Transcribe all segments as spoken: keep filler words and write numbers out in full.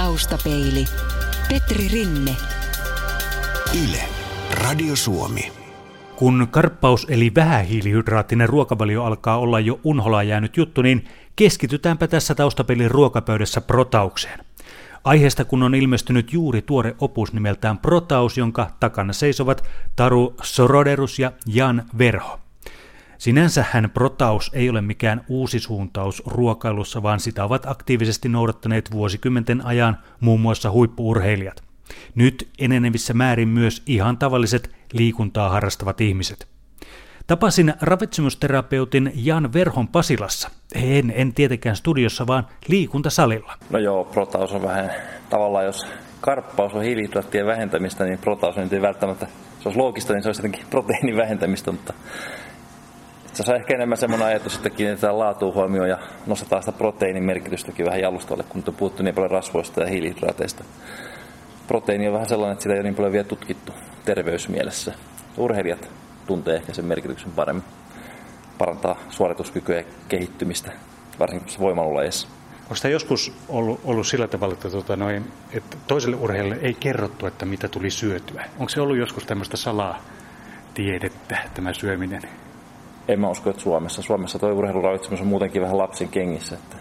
Taustapeili. Petri Rinne. Yle, Radio Suomi. Kun karppaus eli vähähiilihydraattinen ruokavalio alkaa olla jo unholaan jäänyt juttu, niin keskitytäänpä tässä Taustapeilin ruokapöydässä protaukseen. Aiheesta kun on ilmestynyt juuri tuore opus nimeltään Protaus, jonka takana seisovat Taru Soroderus ja Jan Verho. Sinänsähän protaus ei ole mikään uusi suuntaus ruokailussa, vaan sitä ovat aktiivisesti noudattaneet vuosikymmenten ajan muun muassa huippu-urheilijat. Nyt enenevissä määrin myös ihan tavalliset liikuntaa harrastavat ihmiset. Tapasin ravitsemusterapeutin Jan Verhon Pasilassa. En, en tietenkään studiossa, vaan liikuntasalilla. No joo, protaus on vähän tavallaan, jos karppaus on hiilihydraattien vähentämistä, niin protaus on ei välttämättä, se olisi loogista, niin se olisi jotenkin proteiinin vähentämistä, mutta se on ehkä enemmän semmoinen ajatus, että kiinnitetään laatuun huomioon ja nostetaan sitä proteiinin merkitystäkin vähän jalustalle, kun nyt on puhuttu niin paljon rasvoista ja hiilihydraateista. Proteiini on vähän sellainen, että sitä ei ole niin paljon vielä tutkittu terveysmielessä. Urheilijat tuntee ehkä sen merkityksen paremmin. Parantaa suorituskykyä ja kehittymistä, varsinkin voimalulajeissa. Onko tämä joskus ollut, ollut sillä tavalla, että, tuota, noin, että toiselle urheilijalle ei kerrottu, että mitä tuli syötyä? Onko se ollut joskus tämmöistä salatiedettä, tämä syöminen? En mä usko, että Suomessa. Suomessa tuo urheiluravitsemus on muutenkin vähän lapsen kengissä, että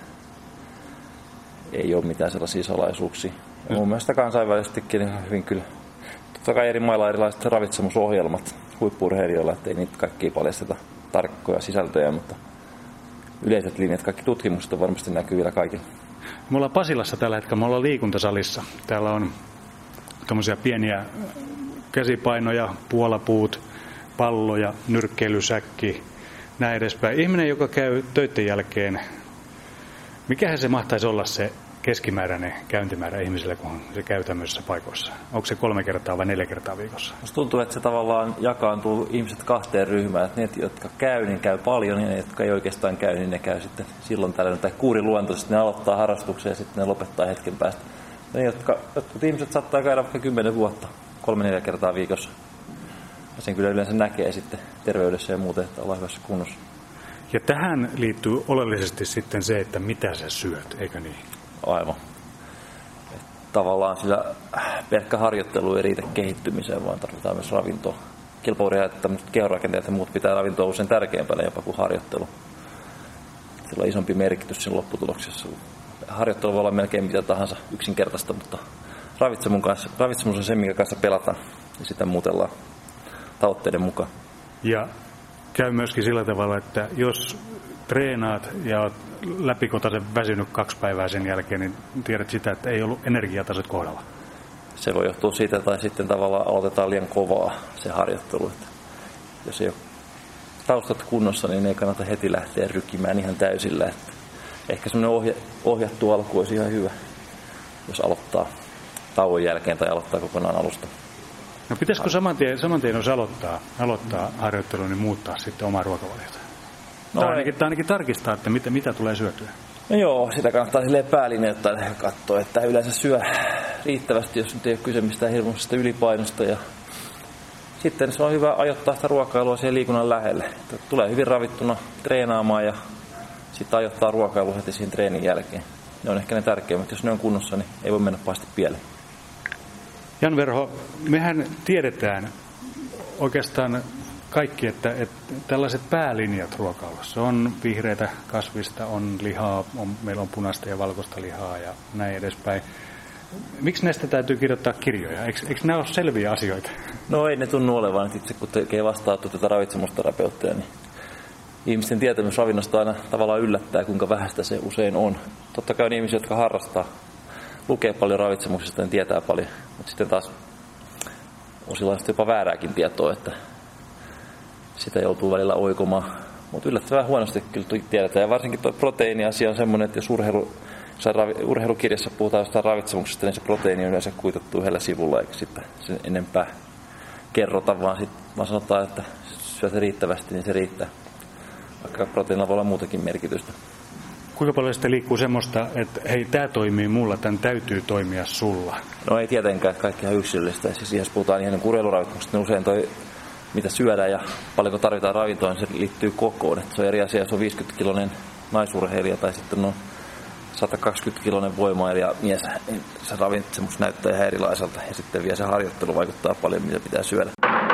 ei ole mitään sellaisia salaisuuksia. Ja mun mielestä kansainvälisestikin ihan hyvin kyllä. Totta kai eri mailla erilaiset ravitsemusohjelmat huippu-urheilijoilla, ettei niitä kaikkia paljasteta tarkkoja sisältöjä, mutta yleiset linjat, kaikki tutkimukset on varmasti näkyvillä kaikille. Me ollaan Pasilassa tällä hetkellä, me ollaan liikuntasalissa. Täällä on tämmöisiä pieniä käsipainoja, puolapuut, palloja, nyrkkeilysäkki, näin edespäin. Ihminen, joka käy töiden jälkeen, mikähän se mahtaisi olla se keskimääräinen käyntimäärä ihmiselle, kun se käy tämmöisissä paikoissa? Onko se kolme kertaa vai neljä kertaa viikossa? Musta tuntuu, että se tavallaan jakaantuu ihmiset kahteen ryhmään. Että ne, jotka käy, niin käy paljon, ja ne, jotka ei oikeastaan käy, niin ne käy sitten silloin tällöin. Tai kuuriluontoisesti ne aloittaa harrastuksen ja sitten ne lopettaa hetken päästä. Ne, jotka, jotkut ihmiset saattaa käydä vaikka kymmenen vuotta, kolme neljä kertaa viikossa. Ja sen kyllä yleensä näkee sitten terveydessä ja muuten, että ollaan hyvässä kunnossa. Ja tähän liittyy oleellisesti sitten se, että mitä sä syöt, eikö niin? Aivan. Et tavallaan sillä pelkkä harjoittelu ei riitä kehittymiseen, vaan tarvitaan myös ravintoa. Kilpaurheilijat ja tämmöiset kehorakenteet ja muut pitää ravintoa usein tärkeämpänä jopa kuin harjoittelu. Sillä on isompi merkitys siinä lopputuloksessa. Harjoittelu voi olla melkein mitä tahansa yksinkertaista, mutta ravitsemus on se, minkä kanssa pelataan ja sitä muutellaan tavoitteiden mukaan. Ja käy myöskin sillä tavalla, että jos treenaat ja olet läpikotaisen väsynyt kaksi päivää sen jälkeen, niin tiedät sitä, että ei ollut energiatasot kohdalla. Se voi johtua siitä, tai sitten tavallaan aloitetaan liian kovaa se harjoittelu. Että jos ei ole taustat kunnossa, niin ei kannata heti lähteä rykimään ihan täysillä. Että ehkä semmoinen ohja, ohjattu alku olisi ihan hyvä, jos aloittaa tauon jälkeen tai aloittaa kokonaan alusta. No pitäisikö saman tien, saman tien jos aloittaa, aloittaa harjoittelua, niin muuttaa sitten omaa ruokavaliota? No tai, ainakin, tai ainakin tarkistaa, että mitä, mitä tulee syötyä. No joo, sitä kannattaa silleen päälinjoittaa ja katsoa, että yleensä syö riittävästi, jos nyt ei ole kyse mistään hirmuisesta ylipainosta. Ja sitten se on hyvä ajoittaa sitä ruokailua siihen liikunnan lähelle. Että tulee hyvin ravittuna treenaamaan ja sitten ajoittaa ruokailua heti siihen treenin jälkeen. Ne on ehkä ne tärkeimmät. Jos ne on kunnossa, niin ei voi mennä pahasti pieleen. Jan Verho, mehän tiedetään oikeastaan kaikki, että, että tällaiset päälinjat ruokailussa on vihreitä kasvista, on lihaa, on, meillä on punaista ja valkoista lihaa ja näin edespäin. Miksi näistä täytyy kirjoittaa kirjoja? Eikö, eikö nämä ole selviä asioita? No ei ne tunnu olevan. Itse kun tekee vastaanottoa tätä ravitsemusterapeuttia, niin ihmisten tietämys ravinnosta aina tavallaan yllättää, kuinka vähäistä se usein on. Totta kai on ihmisiä, jotka harrastaa, lukee paljon ravitsemuksesta, niin tietää paljon. Mutta sitten taas on sellaista jopa väärääkin tietoa, että sitä joutuu välillä oikomaan. Mutta yllättävän huonosti kyllä tiedetään. Ja varsinkin tuo proteiiniasia on semmoinen, että jos urheilu, urheilukirjassa puhutaan jostain ravitsemuksesta, niin se proteiini on yleensä kuitattu yhdellä sivulla, eikä sitten sen enempää kerrota, vaan, sit, vaan sanotaan, että syöt riittävästi, niin se riittää. Vaikka proteiinilla voi olla muutakin merkitystä. Kuinka paljon sitten liikkuu semmoista, että hei, tämä toimii mulla, tämän täytyy toimia sulla? No ei tietenkään, että kaikki ihan yksilöllistä. Siis jos puhutaan ihan urheiluravitsemuksesta, niin usein toi, mitä syödään ja paljonko tarvitaan ravintoa, niin se liittyy kokoon. Että se on eri asia, jos on viisikymmentä kiloinen naisurheilija tai sitten on sata kaksikymmentä kiloinen voimailija mies, niin se ravitsemus näyttää ihan erilaiselta. Ja sitten vielä se harjoittelu vaikuttaa paljon, mitä pitää syödä.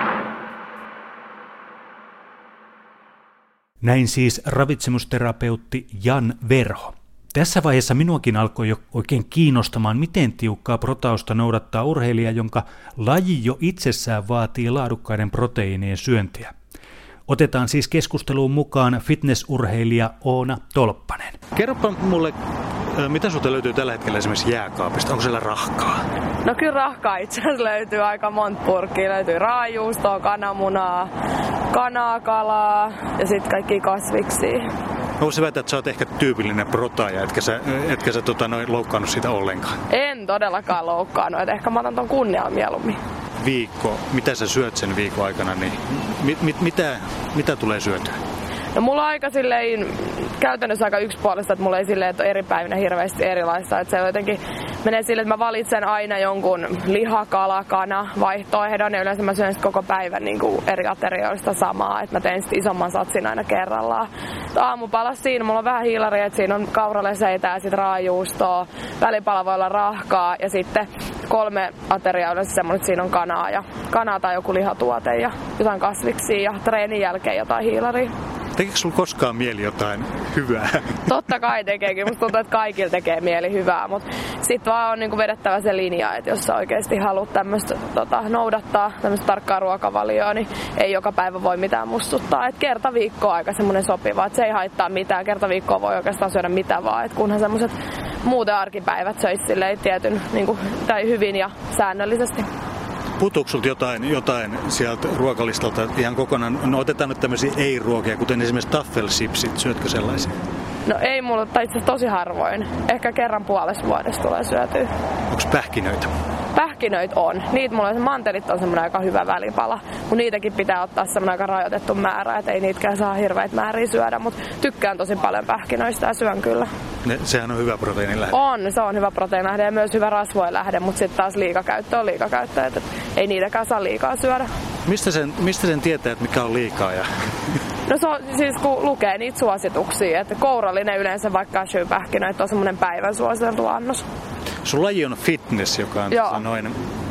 Näin siis ravitsemusterapeutti Jan Verho. Tässä vaiheessa minuakin alkoi jo oikein kiinnostamaan, miten tiukkaa protausta noudattaa urheilija, jonka laji jo itsessään vaatii laadukkaiden proteiinien syöntiä. Otetaan siis keskusteluun mukaan fitnessurheilija Oona Tolppanen. Kerropa mulle, mitä sulta löytyy tällä hetkellä esimerkiksi jääkaapista? Onko siellä rahkaa? No kyllä rahkaa itse asiassa löytyy aika monta purkkia. Löytyy raajuustoa, kananmunaa, kanaa, kalaa ja sitten kaikki kasviksia. Voisi väittää, että sä oot ehkä tyypillinen protaaja, etkä sä, etkä sä tota, noin loukkaannut siitä ollenkaan. En todellakaan loukkaannut, että ehkä mä otan ton kunniaan mieluummin. Viikko, mitä sä syöt sen viikon aikana, niin mit, mit, mitä, mitä tulee syötyä? No mulla on aika silleen, käytännössä aika yksipuolista, että mulla ei silleen, että on eri päivinä hirveästi erilaista. Että se jotenkin menee silleen, että mä valitsen aina jonkun liha, kala, kana vaihtoehdon ja yleensä mä syön sitten koko päivän niin kuin eri aterioista samaa. Että mä teen sitten isomman satsin aina kerrallaan. Aamupalas siinä, mulla on vähän hiilaria, että siinä on kauraleseitä ja sitten raajuustoa, välipala voi olla rahkaa ja sitten kolme ateriaa yleensä semmoinen, että siinä on kanaa ja kanaa tai joku lihatuote ja jotain kasviksia ja treenin jälkeen jotain hiilaria. Tekeekö sulla koskaan mieli jotain hyvää? Totta kai tekeekin. Musta tuntuu, että kaikilla tekee mieli hyvää, mutta sitten vaan on niinku vedettävä se linja, että jos sä oikeasti haluat tämmöistä tota, noudattaa, tämmöistä tarkkaa ruokavalioa, niin ei joka päivä voi mitään mustuttaa. Et kerta viikkoa aika semmoinen sopiva, että se ei haittaa mitään. Kerta viikkoa voi oikeastaan syödä mitä vaan, että kunhan semmoiset muuten arkipäivät söisi silleen tietyn niinku, tai hyvin ja säännöllisesti. Puuttuuko sulta jotain, jotain sieltä ruokalistalta ihan kokonaan? No otetaan nyt tämmöisiä ei-ruokia, kuten esimerkiksi taffelsipsit. Syötkö sellaisia? No ei mulla, tai itse tosi harvoin. Ehkä kerran puolessa vuodessa tulee syötyä. Onko pähkinöitä? Pähkinöitä on. Niitä mulla on, mantelit on semmoinen aika hyvä välipala. Mutta niitäkin pitää ottaa semmoinen aika rajoitettu määrä, et ei niitäkään saa hirveitä määriä syödä. Mutta tykkään tosi paljon pähkinöistä ja syön kyllä. Ne, sehän on hyvä proteiinilähde. On, se on hyvä proteiinilähde ja myös hyvä rasvoilähde, mutta sitten taas liikakäyttö on liikakäyttö. Et ei niitäkään saa liikaa syödä. Mistä sen, mistä sen tietää, että mikä on liikaa? Ja... No se on siis kun lukee niitä suosituksia, että kourallinen yleensä vaikka cashew-pähkinöitä on semmoinen päivän suositeltu annos. Sun laji on fitness, joka on Joo. noin.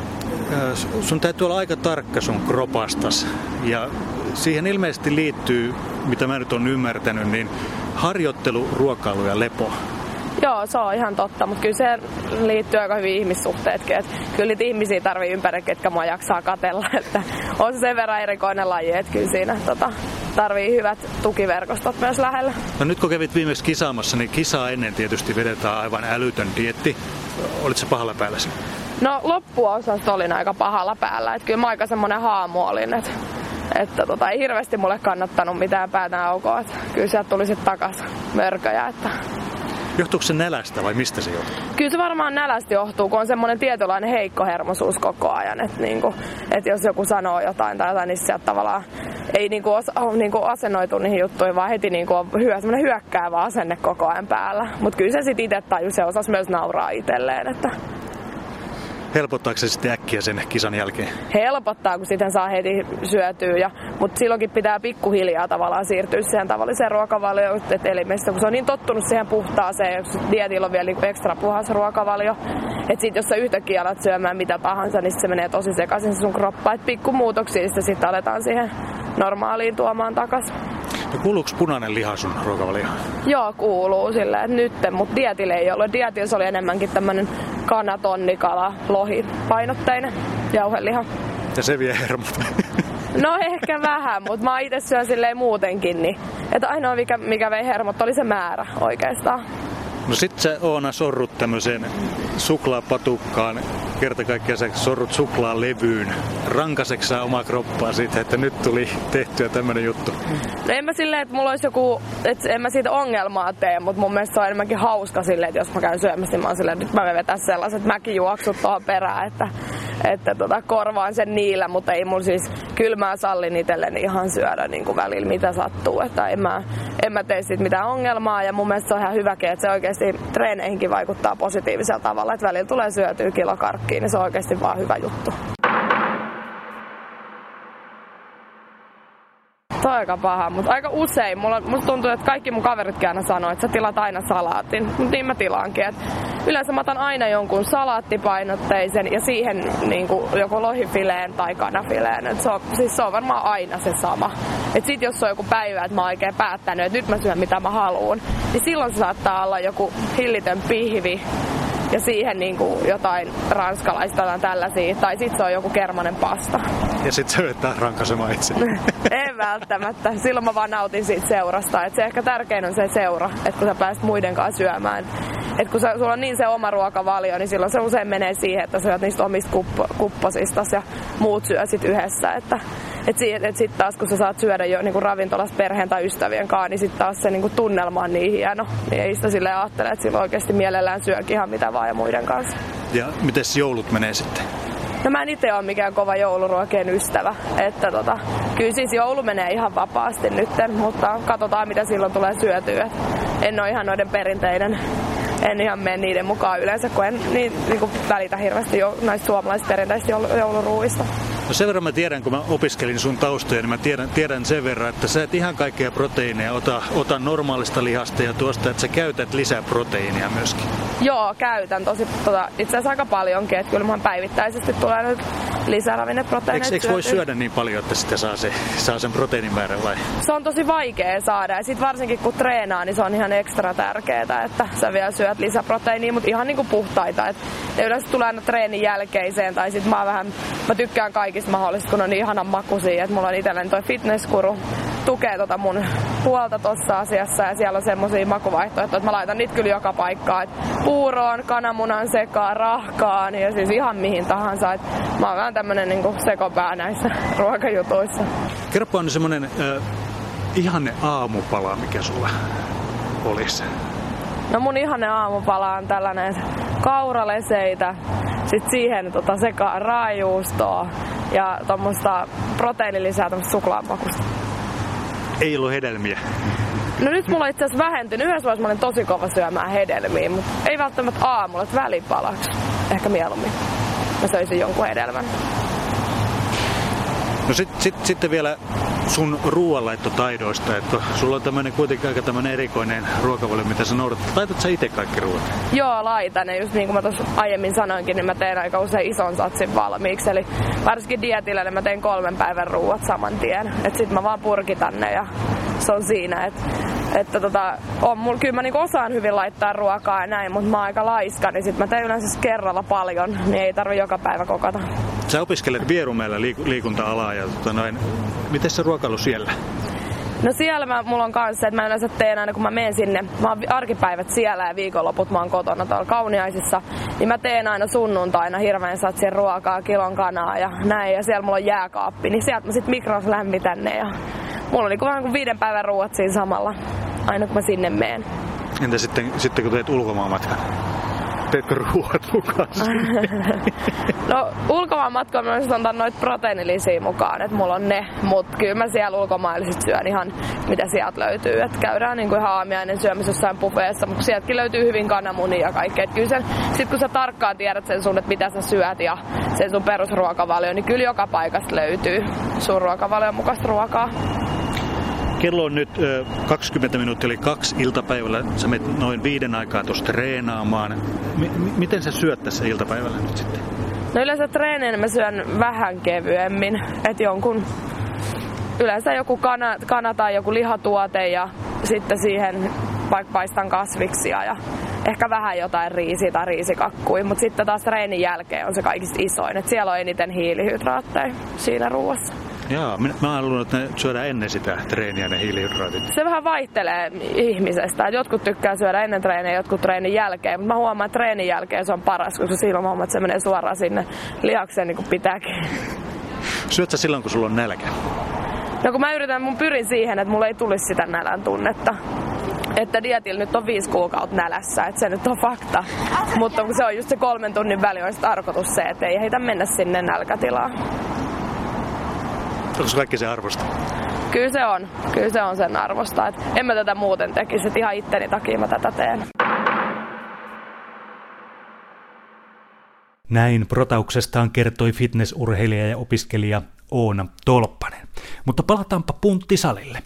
Sun täytyy olla aika tarkka sun kropastas ja siihen ilmeisesti liittyy, mitä mä nyt on ymmärtänyt, niin harjoittelu, ruokailu ja lepo. Joo, se on ihan totta, mutta kyllä se liittyy aika hyvin ihmissuhteetkin. Että kyllä niitä ihmisiä tarvii ympäri, ketkä mua jaksaa katsella. Että on se sen verran erikoinen laji, että kyllä siinä tota, tarvii hyvät tukiverkostot myös lähellä. No nyt kun kävit viimeksi kisaamassa, niin kisaa ennen tietysti vedetään aivan älytön dieetti. Olitko se pahalla päällä? No loppuosasta olin aika pahalla päällä. Että kyllä mä aika semmoinen haamu olin, että, että tota, ei hirveästi mulle kannattanut mitään päätä aukoa. Että kyllä sieltä tuli sitten takas mörköjä. Että... Johtuuko se nälästä vai mistä se johtuu? Kyllä se varmaan nälästä johtuu, kun on semmoinen tietynlainen heikkohermosuus koko ajan. Että niinku, et jos joku sanoo jotain tai jotain, niin sieltä tavallaan ei niinku os, niinku asennoitu niihin juttuihin, vaan heti niinku on hyö, semmoinen hyökkäävä asenne koko ajan päällä. Mutta kyllä se sitten itse tajusi ja osasi myös nauraa itselleen. Että... Helpottaako se sitten äkkiä sen kisan jälkeen? Helpottaa, kun sitten saa heti syötyä. Ja, mutta silloinkin pitää pikkuhiljaa tavallaan siirtyä siihen tavalliseen ruokavalioon elimessä, kun se on niin tottunut siihen puhtaaseen. Dietillä on vielä niin ekstra puhas ruokavalio. Että sitten jos sä yhtäkkiä alat syömään mitä tahansa, niin se menee tosi sekaisin sun kroppa. Että pikkumuutoksia sitten aletaan siihen normaaliin tuomaan takaisin. No kuuluuko punainen liha sun ruokavalioon? Joo, kuuluu silleen, että nytten, mutta dietillä ei ollut. Dietillä oli enemmänkin tämmönen kana, tonni, kala, lohi, painotteinen jauheliha. Ja se vie hermot. No ehkä vähän, mutta mä itse syön silleen muutenkin, niin että ainoa mikä, mikä vei hermot oli se määrä oikeastaan. No sit sä Oona sorrut tämmöiseen suklaapatukkaan, kerta kaikkiaan sä sorrut suklaalevyyn. Rankaseksä sä omaa kroppaa siitä, että nyt tuli tehtyä tämmönen juttu? No en mä silleen, että mulla olisi joku, että en mä siitä ongelmaa tee, mutta mun mielestä se on enemmänkin hauska silleen, että jos mä käyn syömässä, niin mä oon silleen, että nyt mä vetän sellaiset mäkijuoksut tuohon perään, että, että tota, korvaan sen niillä, mutta ei mulla siis, kyllä mä sallin itselleni ihan syödä niin kuin välillä mitä sattuu, että en mä, en mä tee siitä mitään ongelmaa ja mun mielestä se on ihan hyväkin, että se oikeasti treeneihinkin vaikuttaa positiivisella tavalla, että välillä tulee syötyä kilokarkkiin, niin se on oikeasti vaan hyvä juttu. Toi on aika paha, mutta aika usein. Mulla, musta tuntuu, että kaikki mun kaveritkin aina sanoo, että sä tilat aina salaatin. Mutta niin mä tilaankin. Et yleensä mä otan aina jonkun salaattipainotteisen ja siihen niin kuin joku lohifileen tai kanafileen. Et se, on, siis se on varmaan aina se sama. Et sit jos on joku päivä, että mä oon oikein päättänyt, että nyt mä syön mitä mä haluun, niin silloin se saattaa olla joku hillitön pihvi. Ja siihen niin kuin jotain ranskalaista tai tällaisia. Tai sit se on joku kermanen pasta. Ja sit sä yrittää rankasemaan itse. En välttämättä. Silloin mä vaan nautin siitä seurasta. Et se ehkä tärkein on se seura, että kun sä pääset muiden kanssa syömään. Et kun sä, sulla on niin se oma ruokavalio, niin silloin se usein menee siihen, että sä syöt niistä omista kuppo, kupposistas ja muut syö sit yhdessä. Että et et sit taas kun sä saat syödä jo niin ravintolassa perheen tai ystävien kanssa, niin sit taas se niin tunnelma on niin hieno. Niin ei sitä silleen ajattele, että silloin oikeasti mielellään syökin ihan mitä vaan ja muiden kanssa. Ja mites joulut menee sitten? No mä en itse ole mikään kova jouluruokien ystävä. Että tota, kyllä siis joulu menee ihan vapaasti nytten, mutta katsotaan mitä silloin tulee syötyä. En ole ihan noiden perinteiden, en ihan mene niiden mukaan yleensä, kun en niin, niin kuin välitä hirveästi jo, näistä suomalaisista perinteistä jouluruuista. No sen verran mä tiedän, kun mä opiskelin sun taustoja, niin mä tiedän, tiedän sen verran, että sä et ihan kaikkea proteiineja ota, ota normaalista lihasta ja tuosta, että sä käytät lisää proteiinia myöskin. Joo, käytän tosi tota, itse asiassa aika paljonkin, että kyllä muhan päivittäisesti tulee nyt lisäravinneproteiineita. Eikö, eikö voi syödä niin paljon, että sitä saa, se, saa sen proteiinimäärän vai? Se on tosi vaikea saada ja sit varsinkin kun treenaa, niin se on ihan ekstra tärkeää, että sä vielä syöt lisäproteiinia, mutta ihan niinku puhtaita. Et ne yleensä tulee aina treenin jälkeiseen tai sit mä vähän, mä tykkään kaikista mahdollista, kun on niin ihanan makuisia, että mulla on itselleni toi fitnesskuru tukee tota mun huolta tossa asiassa ja siellä on semmosia makuvaihtoehtoja, että mä laitan niitä kyllä joka paikkaan, että puuroon, kananmunan sekaan, rahkaan ja siis ihan mihin tahansa, että mä oon vähän tämmönen niinku sekopää näissä ruokajutuissa. Kerropa on semmonen äh, ihanne aamupala, mikä sulla olisi. No mun ihanne aamupala on tällainen kauraleseitä, sit siihen tota sekaan raajuustoa ja tommoista proteiinilisää tämmöstä suklaanpakusta. Ei ollut hedelmiä. No nyt mulla on itse asiassa vähentynyt. Yhdessä vaiheessa mä olin tosi kova syömään hedelmiä, mutta ei välttämättä aamulla, että välipalaksi. Ehkä mieluummin. Mä söisin jonkun hedelmän. No sit, sit, sitten vielä sun ruoanlaittotaidoista, että sulla on tämmönen kuitenkin aika tämmönen erikoinen ruokavalio, mitä sä noudatat. Laitat sä itse kaikki ruoat? Joo, laitan. Ja just niin kuin mä tuossa aiemmin sanoinkin, niin mä teen aika usein ison satsin valmiiksi. Eli varsinkin dietillä, niin mä teen kolmen päivän ruuat saman tien. Et sit mä vaan purkitan ne ja se on siinä, että että tota, on, mulla, kyllä mä niinku osaan hyvin laittaa ruokaa ja näin, mutta mä oon aika laiska, niin sit mä teen yleensä kerralla paljon, niin ei tarvi joka päivä kokata. Sä opiskelet Vierumäellä liik- liikunta-alaa ja tota noin, miten se ruokailu siellä? No siellä mä, mulla on kanssa, että mä yleensä teen aina kun mä menen sinne, mä oon arkipäivät siellä ja viikonloput mä oon kotona tuolla Kauniaisissa, niin mä teen aina sunnuntaina hirveän satsin ruokaa, kilon kanaa ja näin, ja siellä mulla on jääkaappi, niin sieltä mä sit mikros lämmitän ne ja mulla on niinku vähän kuin viiden päivän ruuat siinä samalla, aina kun mä sinne menen. Entä sitten, sitten kun teet ulkomaanmatkan? Teetkö ruuat mukaan? No ulkomaanmatkoilla mä myös antan noita proteiinilisiä mukaan, että mulla on ne, mut kyllä mä siellä ulkomailla sit syön ihan mitä sieltä löytyy. Et käydään niinku ihan aamiainen syömässä jossain buffeessa, mutta sieltäkin löytyy hyvin kananmunia ja kaikkea. Et kyllä sen, sit kun sä tarkkaan tiedät sen sun, että mitä sä syöt ja sen sun perusruokavalio, niin kyllä joka paikasta löytyy sun ruokavalion mukaista ruokaa. Kello on nyt ö, kaksikymmentä minuuttia, eli kaksi iltapäivällä. Sä menet noin viiden aikaa tuosta treenaamaan. M- miten sä syöt tässä iltapäivällä nyt sitten? No yleensä treeneen mä syön vähän kevyemmin. Et jonkun, yleensä joku kana, kana tai joku lihatuote ja sitten siihen vaikka paistan kasviksia ja ehkä vähän jotain riisiä tai riisikakkuja. Mutta sitten taas treenin jälkeen on se kaikista isoin. Et siellä on eniten hiilihydraatteja siinä ruuassa. Jaa, mä oon luullut, että ne syödään ennen sitä treeniä ne hiilihydraatit. Se vähän vaihtelee ihmisestä. Jotkut tykkää syödä ennen treeniä, jotkut treenin jälkeen. Mutta mä huomaan, että treenin jälkeen se on paras, koska silloin mä huomaan, että se menee suoraan sinne lihakseen niin kuin pitääkin. Syöt sä silloin, kun sulla on nälkä? No kun mä yritän, mun pyrin siihen, että mulla ei tulisi sitä nälän tunnetta. Että dietillä nyt on viisi kuukautta nälässä, että se nyt on fakta. Mutta kun se on just se kolmen tunnin väli, olisi tarkoitus se, että ei heitä mennä sinne nälkätilaan. Onko se kaikki se arvosta? Kyllä se on. Kyllä se on sen arvosta. Et en mä tätä muuten tekisi, että ihan itteni takia mä tätä teen. Näin protauksestaan kertoi fitnessurheilija ja opiskelija Oona Tolppanen. Mutta palataanpa punttisalille.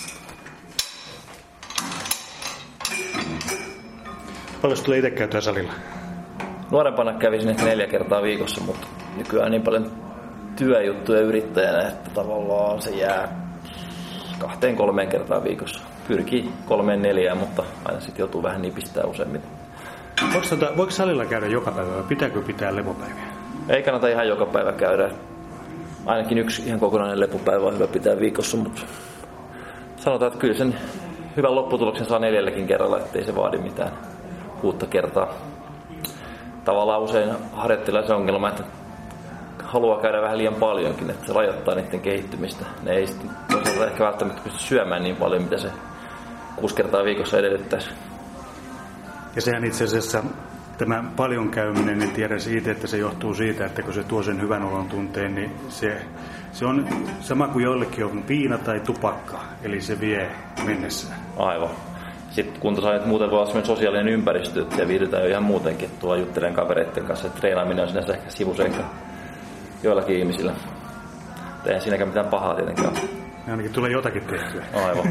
Paljon tulee itse käytyä salilla? Nuorempana kävisin ehkä neljä kertaa viikossa, mutta nykyään niin paljon työjuttuja yrittäjänä, että tavallaan se jää kahteen kolmeen kertaa viikossa. Pyrkii kolmeen neljään, mutta aina sitten joutuu vähän nipistää useammin. Voiko, tota, voiko salilla käydä joka päivä vai pitääkö pitää lepopäiviä? Ei kannata ihan joka päivä käydä. Ainakin yksi ihan kokonainen lepopäivä on hyvä pitää viikossa, mutta sanotaan, että kyllä sen hyvän lopputuloksen saa neljälläkin kerralla, ettei se vaadi mitään kuutta kertaa. Tavallaan usein harjoittelijalla se ongelma, että haluaa käydä vähän liian paljonkin, että se rajoittaa niiden kehittymistä. Ne ei sitten toisaalta ehkä välttämättä pysty syömään niin paljon, mitä se kuusi kertaa viikossa edellyttäisi. Ja sehän itse asiassa tämä paljon käyminen, niin tiedän itse, että se johtuu siitä, että kun se tuo sen hyvän olon tunteen, niin se, se on sama kuin joillekin on viina tai tupakka, eli se vie mennessään. Aivan. Sitten kuntosalit muuten voi olla sellainen sosiaalinen ympäristö, että siellä viihdytään jo ihan muutenkin, että tuolla juttelen kavereiden kanssa, että treenaaminen on sinänsä ehkä sivuseikka joillakin ihmisillä. Eihän siinäkään mitään pahaa tietenkään. Ja ainakin tulee jotakin tehtyä. Aivan.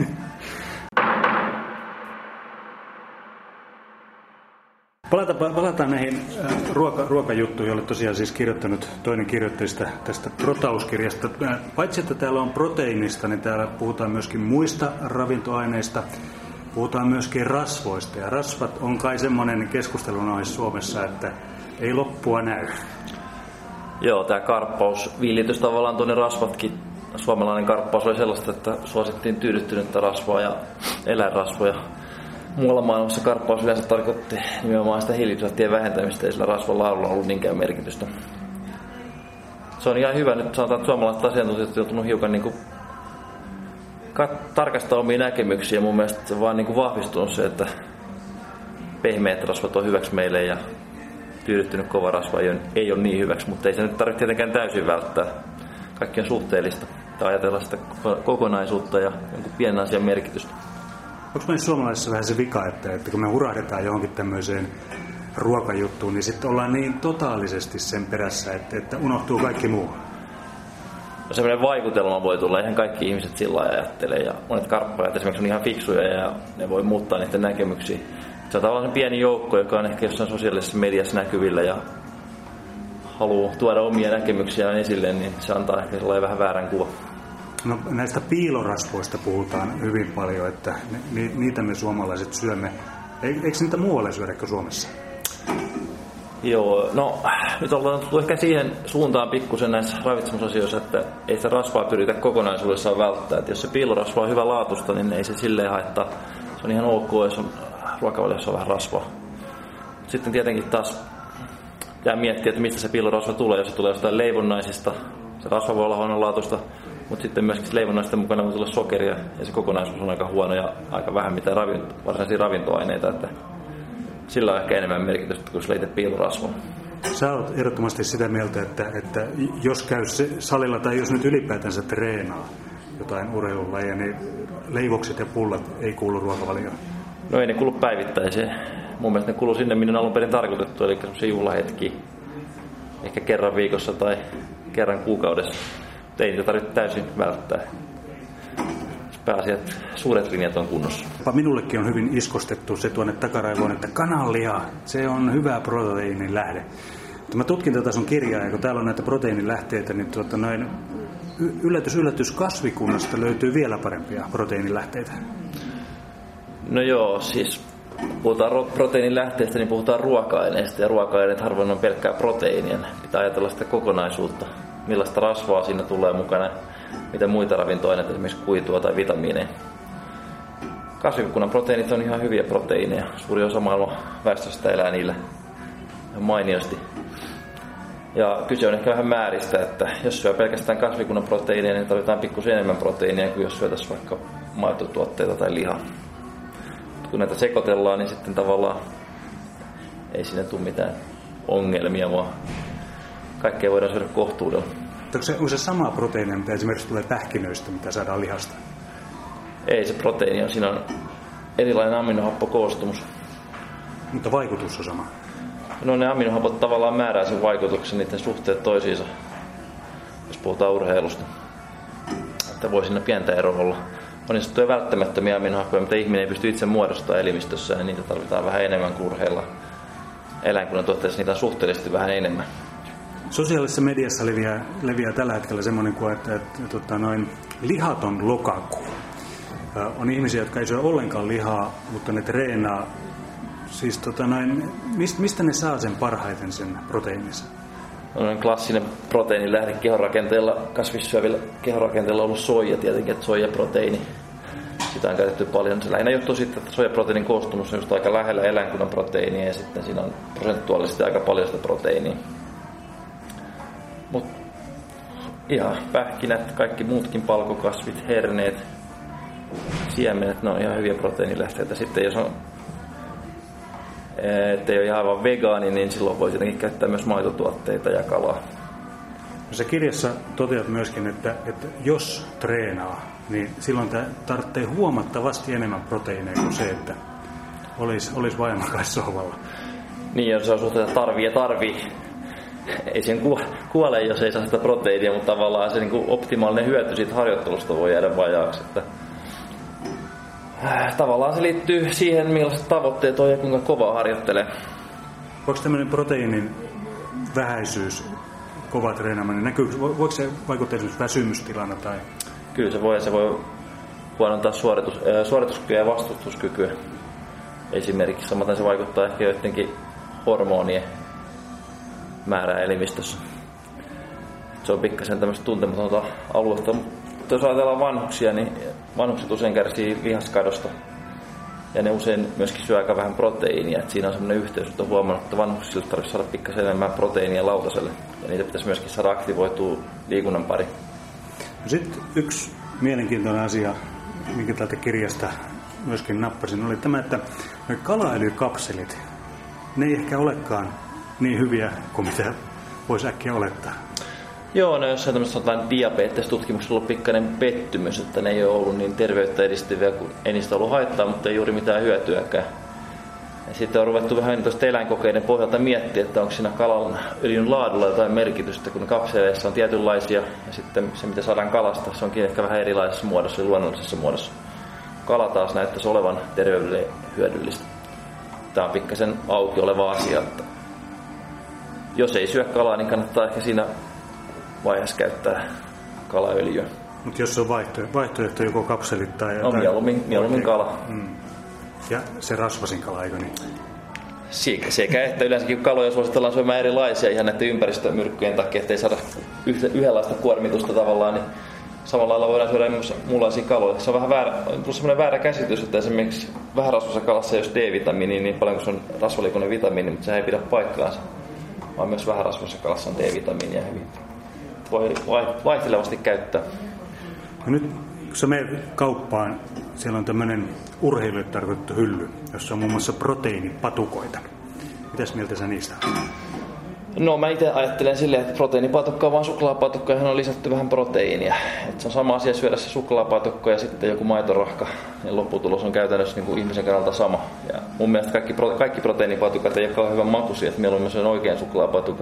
Palataan, palataan näihin ruoka, ruokajuttuihin, joille tosiaan siis kirjoittanut toinen kirjoittajista tästä protauskirjasta. Paitsi että täällä on proteiinista, niin täällä puhutaan myöskin muista ravintoaineista. Puhutaan myöskin rasvoista. Ja rasvat on kai semmoinen keskustelun aihe Suomessa, että ei loppua näy. Joo, tämä karppaus, villitys tavallaan tuonne rasvatkin. Suomalainen karppaus oli sellaista, että suosittiin tyydyttynyttä rasvaa ja eläinrasvoja. Muualla maailmassa karppaus yleensä tarkoitti nimenomaan sitä hiilihydraattien vähentämistä, ei sillä rasvalla on ollut niinkään merkitystä. Se on ihan hyvä. Nyt sanotaan, että suomalaiset asiantuntijat on joutunut hiukan niin kuin kat- tarkastaa omia näkemyksiä. Mun mielestä se on vaan niin kuin vahvistunut se, että pehmeät rasvat on hyväksi meille ja tyydyttynyt kova rasva ei ole, ei ole niin hyväksi, mutta ei se nyt tarvitse tietenkään täysin välttää. Kaikki on suhteellista. Tai ajatella sitä kokonaisuutta ja jonkun pienen asian merkitystä. Onko meissä suomalaisissa vähän se vika, että, että kun me hurahdetaan johonkin tämmöiseen ruokajuttuun, niin sitten ollaan niin totaalisesti sen perässä, että, että unohtuu kaikki muu? No sellainen vaikutelma voi tulla, eihän kaikki ihmiset sillä lailla ajattele. Ja monet karppajat esimerkiksi on ihan fiksuja ja ne voi muuttaa niiden näkemyksiä. Se on tavallaan pieni joukko, joka on ehkä jossain sosiaalisessa mediassa näkyvillä ja haluaa tuoda omia näkemyksiään esille, niin se antaa ehkä sellainen vähän väärän kuva. No, näistä piilorasvoista puhutaan hyvin paljon, että ni, niitä me suomalaiset syömme. Eikö niitä muualle syödä kuin Suomessa? Joo, no nyt ollaan tullut ehkä siihen suuntaan pikkusen näissä ravitsemusasioissa, että ei sitä rasvaa pyritä kokonaisuudessaan välttää. Että jos se piilorasva on hyvä laatusta, niin ei se silleen haittaa. Se on ihan ok, jos on ruokavaliossa on vähän rasvaa. Sitten tietenkin taas pitää miettiä, että mistä se piilorasva tulee. Jos se tulee jostain leivonnaisista, se rasva voi olla huonolaatuista. Mutta sitten myöskin leivonnaisten mukana voi tulla sokeria ja se kokonaisuus on aika huono ja aika vähän mitään ravinto, varsinaisia ravintoaineita. Että sillä on ehkä enemmän merkitystä kuin itse piilorasvaa. Sä oot ehdottomasti sitä mieltä, että, että jos käy salilla tai jos nyt ylipäätänsä treenaa jotain urheilulajeja, niin leivokset ja pullat ei kuulu ruokavalioon? No ei ne kuulu päivittäiseen. Mun mielestä ne kuuluu sinne, minne ne alun perin tarkoitettu, eli semmoisia juhlahetkiä. Ehkä kerran viikossa tai kerran kuukaudessa. Ei niitä tarvitse täysin välttää. Pääasiat, suuret linjat on kunnossa. Minullekin on hyvin iskostettu se tuonne takaraivoon, että kananliha, se on hyvä proteiinin lähde. Mä tutkin tätä sun kirjaa, ja kun täällä on näitä proteiinilähteitä, niin tuota noin, yllätys, yllätys, kasvikunnasta löytyy vielä parempia proteiinilähteitä. No joo, siis puhutaan proteiinilähteistä, niin puhutaan ruoka-aineista, ja ruoka-aineet harvoin on pelkkää proteiinia. Pitää ajatella sitä kokonaisuutta, millaista rasvaa siinä tulee mukana, mitä muita ravintoaineita, esimerkiksi kuitua tai vitamiineja. Kasvikunnan proteiinit on ihan hyviä proteiineja. Suuri osa maailman väestöstä elää niillä mainiosti. Ja kyse on ehkä vähän määristä, että jos syö pelkästään kasvikunnan proteiineja, niin tarvitaan pikkusen enemmän proteiineja kuin jos syötäisiin vaikka maitotuotteita tai lihaa. Kun näitä sekoitellaan, niin sitten tavallaan ei siinä tule mitään ongelmia, vaan kaikkea voidaan syödä kohtuudella. Onko se, onko se sama proteiinia, mitä esimerkiksi tulee pähkinöistä, mitä saadaan lihasta? Ei, se proteiini on, siinä on erilainen aminohappokoostumus. Mutta vaikutus on sama? No ne aminohapot tavallaan määrää sen vaikutuksen, niiden suhteet toisiinsa, jos puhutaan urheilusta. että voi siinä pientä eroa olla. On niin sanottuja välttämättömiä aminohappoja, mitä ihminen ei pysty itse muodostamaan elimistössä, ja niitä tarvitaan vähän enemmän kuin urheilla. Eläinkunnan tuotteissa niitä on suhteellisesti vähän enemmän. Sosiaalisessa mediassa leviää, leviää tällä hetkellä semmoinen kuin, että, että, että, että noin lihaton lokakuu. On ihmisiä, jotka ei syö ollenkaan lihaa, mutta ne treenaa. Siis tota noin, mistä ne saa sen parhaiten sen proteiinissa? On klassinen proteiinilähde kehonrakenteella, kasvissyövillä kehonrakenteella on ollut soija tietenkin, että soijaproteiini. Sitä on käytetty paljon. Se lähinnä johtuu siitä, että soijaproteiinin koostumus on just aika lähellä eläinkunnan proteiinia ja sitten siinä on prosentuaalisesti aika paljon sitä proteiinia. Mut ihan pähkinät, kaikki muutkin palkokasvit, herneet, siemenet, ne on ihan hyviä proteiinilähteitä. Sitten jos on, ettei ole ihan aivan vegaani, niin silloin voi tietenkin käyttää myös maitotuotteita ja kalaa. Sä kirjassa toteat myöskin, että, että jos treenaa, niin silloin tarvitsee huomattavasti enemmän proteiineja kuin se, että olisi, olisi vaimakaisi sohvalla. Niin, jos se on suhteessa tarvii ja tarvii. Ei sen kuole, jos ei saa sitä proteiinia, mutta tavallaan se niin kuin optimaalinen hyöty siitä harjoittelusta voi jäädä vajaaksi. Että tavallaan se liittyy siihen, millaiset tavoitteet on ja kuinka kovaa harjoittelee. Voiko tämmöinen proteiinin vähäisyys, kova treenaaminen, näkyy, voiko se vaikuttaa esimerkiksi väsymystilana? Tai? Kyllä se voi, se voi huonontaa suoritus, äh, suorituskykyä ja vastustuskykyä. Esimerkiksi samaten se vaikuttaa ehkä joidenkin hormonien määrää elimistössä. Se on pikkasen tämmöistä tuntematonta aluetta. Mutta jos ajatellaan vanhuksia, niin vanhukset usein kärsii lihaskadosta. Ja ne usein myöskin syö aika vähän proteiinia. Et siinä on semmoinen yhteys, että on huomannut, että vanhuksille tarvitsisi saada pikkasen enemmän proteiinia lautaselle. Ja niitä pitäisi myöskin saada aktivoitua liikunnan pari. No sitten yksi mielenkiintoinen asia, minkä täältä kirjasta myöskin nappasin, oli tämä, että kalaöljykapselit, ne ei ehkä olekaan niin hyviä kuin mitä voisi äkkiä olettaa. Joo, no jossain tämmöisessä diabetestutkimuksessa on ollut pikkainen pettymys, että ne ei ole ollut niin terveyttä edistäviä, kun ei niistä ollut haittaa, mutta ei juuri mitään hyötyäkään. Ja sitten on ruvettu vähän tuosta eläinkokeiden pohjalta miettiä, että onko siinä kalan öljyn laadulla jotain merkitystä, kun kapseleissa on tietynlaisia ja sitten se mitä saadaan kalasta, se onkin ehkä vähän erilaisessa muodossa ja luonnollisessa muodossa. Kala taas näyttäisi olevan terveydelle hyödyllistä. Tämä on pikkasen auki oleva asia, että jos ei syö kalaa, niin kannattaa ehkä siinä vaiheessa käyttää kalaöljyä. Mutta jos on vaihtoehto, vaihtoehto joko kapselit tai... No mieluummin, mieluummin kala. Mm. Ja se rasvasin kala, eikö niin? Sekä, sekä että yleensäkin kaloja suositellaan syömään erilaisia ihan näiden ympäristömyrkkyjen takia, ettei saada yhdenlaista kuormitusta tavallaan, niin samalla lailla voidaan syödä myös muunlaisia kaloja. Se on vähän väärä, on semmoinen väärä käsitys, että esimerkiksi vähärasvassa kalassa ei ole D-vitamiini niin paljon kuin se on rasvaliikuinen vitamiini, mutta se ei pidä paikkaansa. Vaan myös vähärasvassa kalassa on D-vitamiinia hyvin. Voi vaihtelevasti käyttää. No nyt kun sä menet kauppaan, siellä on tämmöinen urheilijoille tarkoitettu hylly, jossa on muun muassa proteiinipatukoita. Mitäs mieltä sä niistä? No mä itse ajattelen silleen, että proteiinipatukka on vaan suklaapatukka, johon on lisätty vähän proteiinia. Et se on sama asia syödä se suklaapatukka ja sitten joku maitorahka. Ja lopputulos on käytännössä niin kuin ihmisen kannalta sama. Ja mun mielestä kaikki, kaikki proteiinipatukat ei ole kauhean hyvän makuisia, että mieluummin se on oikein suklaapatuka.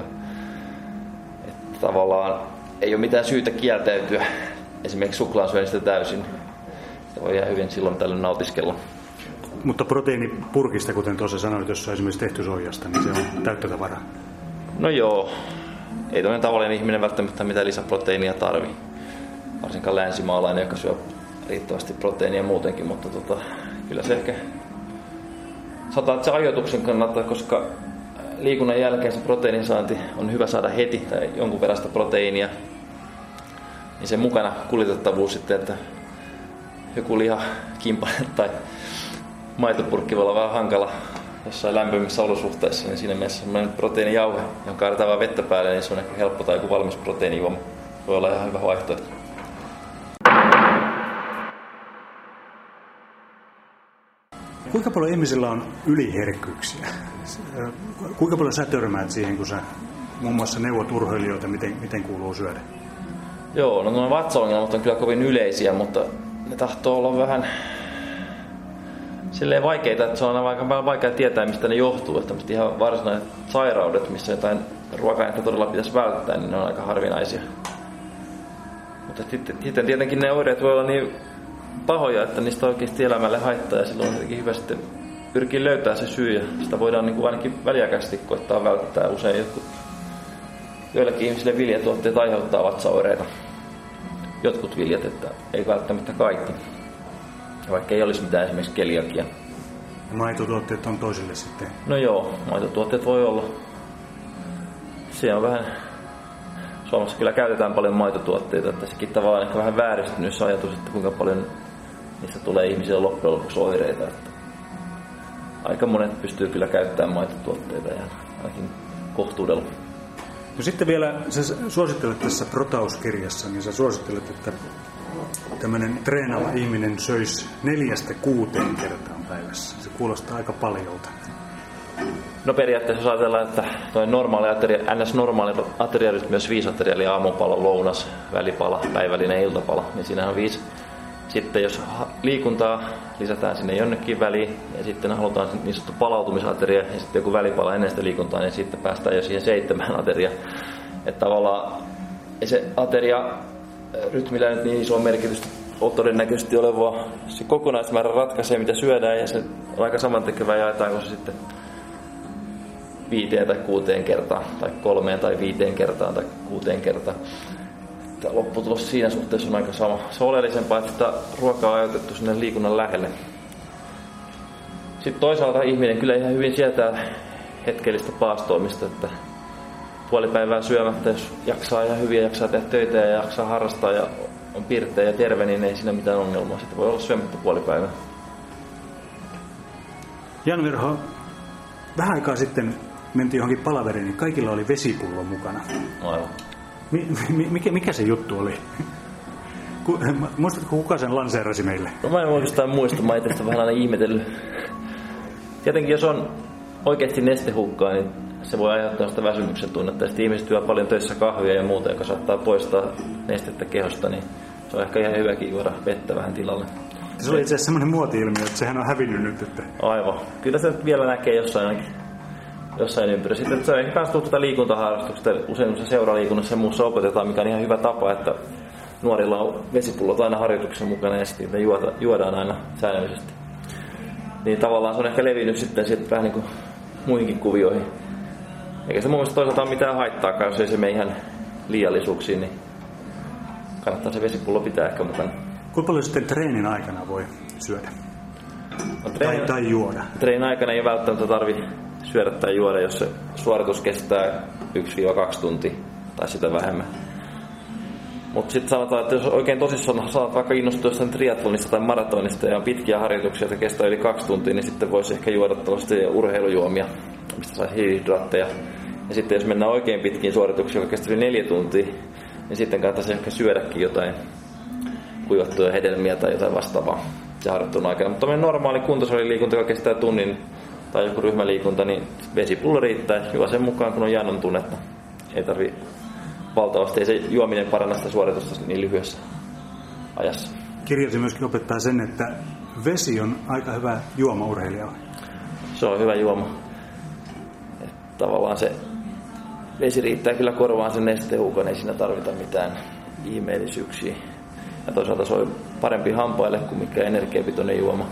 Että tavallaan ei ole mitään syytä kieltäytyä esimerkiksi suklaan syönnistä täysin. Se voi ihan hyvin silloin tällöin nautiskella. Mutta proteiinipurkista, kuten tuossa sanoit, jos on esimerkiksi tehty soijasta, niin se on täyttä tavaraa. No joo, ei toinen tavallinen ihminen välttämättä mitään lisäproteiinia tarvi. Varsinkaan länsimaalainen, joka syö riittävästi proteiinia muutenkin, mutta tota, kyllä se ehkä sanotaan, että se ajoituksen kannattaa, koska liikunnan jälkeen se proteiinin saanti on hyvä saada heti tai jonkun verran sitä proteiinia. Niin sen mukana kuljetettavuus sitten, että joku lihakimpa tai maitopurkki voi olla vähän hankala jossain lämpimissä olosuhteissa, niin siinä mielessä semmoinen proteiinijauhe, jonka kaadetaan vaan vettä päälle, niin se on ehkä helppo tai joku valmis proteiinijuoma. Voi olla ihan hyvä vaihtoehto. Kuinka paljon ihmisillä on yliherkkyyksiä? Kuinka paljon sä törmäät siihen, kun sä muun muassa neuvot urheilijoita, miten, miten kuuluu syödä? Joo, no nuo vatsaongelmat on kyllä kovin yleisiä, mutta ne tahtoo olla vähän silleen vaikeita, että se on aika vaikea tietää, mistä ne johtuu. Että ihan varsinaiset sairaudet, missä jotain ruoka-ainetta todella pitäisi välttää, niin ne on aika harvinaisia. Mutta sitten, sitten tietenkin ne oireet voi olla niin pahoja, että niistä on oikeasti elämälle haittaa ja silloin on tietenkin hyvä sitten pyrkii löytämään se syy ja sitä voidaan niin kuin ainakin väliaikaisesti koittaa välttää. Usein jotkut, joillekin ihmisille viljatuotteet aiheuttaa vatsaoireita. Jotkut viljat, että ei välttämättä kaikki. Vaikka ei olisi mitään esimerkiksi keliakia. Maitotuotteet on toisille sitten? No joo, maitotuotteet voi olla. Se on vähän... Suomessa kyllä käytetään paljon maitotuotteita, että sekin tavallaan ehkä vähän vääristynyt se ajatus, että kuinka paljon niistä tulee ihmisille loppujen lopuksi oireita. Että aika monet pystyy kyllä käyttämään maitotuotteita ja ainakin kohtuudella. No sitten vielä, sä suosittelet tässä Protaus-kirjassa, niin sä suosittelet, että tämmöinen treenaava ihminen söisi neljästä kuuteen kertaan päivässä. Se kuulostaa aika paljolta. No periaatteessa jos ajatellaan, että toi normaali ateria, ns. Normaali ateriarytmi myös viisi ateria, eli aamupala, lounas, välipala, päivällinen iltapala, niin siinä on viisi. Sitten jos liikuntaa lisätään sinne jonnekin väliin ja sitten halutaan niin sanottu palautumisateria ja sitten joku välipala ennen sitä liikuntaa, niin sitten päästään jo siihen seitsemään ateria. Että tavallaan se ateria rytmillä nyt niin iso merkitystä on todennäköisesti olevaa. Se kokonaismäärä ratkaisee mitä syödään ja se on aika samantekevää jaetaanko se sitten viiteen tai kuuteen kertaan tai kolmeen tai viiteen kertaan tai kuuteen kertaan. Lopputulos siinä suhteessa on aika sama. Se on oleellisempaa, että sitä ruokaa on ajoitettu sinne liikunnan lähelle. Sitten toisaalta ihminen kyllä ihan hyvin sietää hetkellistä paastoimista, että puolipäivää syömättä, jos jaksaa ihan hyvin ja jaksaa tehdä töitä ja jaksaa harrastaa ja on pirteä ja terve, niin ei siinä mitään ongelmaa. Sitten voi olla syömättä puolipäivää. Jan Verho, vähän aikaa sitten mentiin johonkin palaveriin, niin kaikilla oli vesipullo mukana. Aivan. Mikä, mikä se juttu oli? Muistatko, kuka sen lanseerasi meille? No mä en oikeastaan muista, mä itse sitä vähän aina ihmetellyt. Tietenkin jos on oikeasti nestehukkaa, niin se voi aiheuttaa sitä väsymyksen tunnetta. Ja sitten ihmiset juo paljon töissä kahvia ja muuta, joka saattaa poistaa nestettä kehosta, niin se on ehkä ihan hyväkin juoda vettä vähän tilalle. Se oli itse asiassa semmoinen muoti-ilmiö, että sehän on hävinnyt nyt. Että... Aivan. Kyllä se vielä näkee jossain ainakin. Jossain ympärillä. Sitten se on ehkä myös tuota liikuntaharrastuksesta. Usein se seuraliikunnassa ja muussa opetetaan, mikä on ihan hyvä tapa, että nuorilla on vesipullot aina harjoituksen mukana ja sitten juoda, juodaan aina säännöllisesti. Niin tavallaan se on ehkä levinnyt sitten, sitten vähän niin kuin muihinkin kuvioihin. Eikä se mun mielestä toisaalta ole mitään haittaakaan, jos ei se mene ihan liiallisuuksiin, niin kannattaa se vesipullo pitää ehkä mukana. Kuinka paljon sitten treenin aikana voi syödä? No, treenin, tai, tai juoda? Treenin aikana ei välttämättä tarvitse syödä tai juoda, jos se suoritus kestää yksi kaksi tuntia tai sitä vähemmän. Mutta sitten sanotaan, että jos oikein tosissaan saat vaikka innostua jostain triathlonista tai maratonista ja on pitkiä harjoituksia, jotka kestää yli kaksi tuntia, niin sitten voisi ehkä juoda tällaista urheilujuomia, mistä saisi hiilihydraatteja. Ja sitten jos mennään oikein pitkiin suorituksiin, joka kestää yli neljä tuntia, niin sitten kannattaisi ehkä syödäkin jotain kuivattuja hedelmiä tai jotain vastaavaa se harjoittelun aikana. Mutta meidän normaali kuntosaliliikunta, joka kestää tunnin, tai joku ryhmäliikunta, niin vesipullo riittää. Juo sen mukaan, kun on jannon tunnetta. Ei tarvi valtavasti. Ei se juominen paranna sitä suoritusta niin lyhyessä ajassa. Kirjasi myöskin opettaa sen, että vesi on aika hyvä juoma urheilijalle. Se on hyvä juoma. Et tavallaan se vesi riittää kyllä korvaan sen nestehukan. Ei siinä tarvita mitään ihmeellisyyksiä. Ja toisaalta se on parempi hampaille kuin mikä energiapitoinen juoma.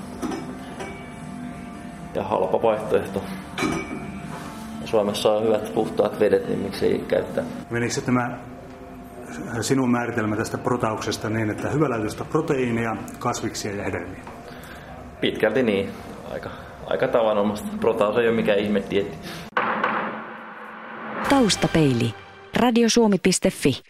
Ja halpa vaihtoehto. Ja Suomessa on hyvät puhtaat vedet, niin miksei käyttää. Menikö tämä sinun määritelmä tästä protauksesta niin, että hyvälaatuista proteiinia, kasviksia ja hedelmiä? Pitkälti niin. Aika, aika tavanomaista. Protaus ei ole mikään ihme dieetti. Taustapeili. radiosuomi piste fi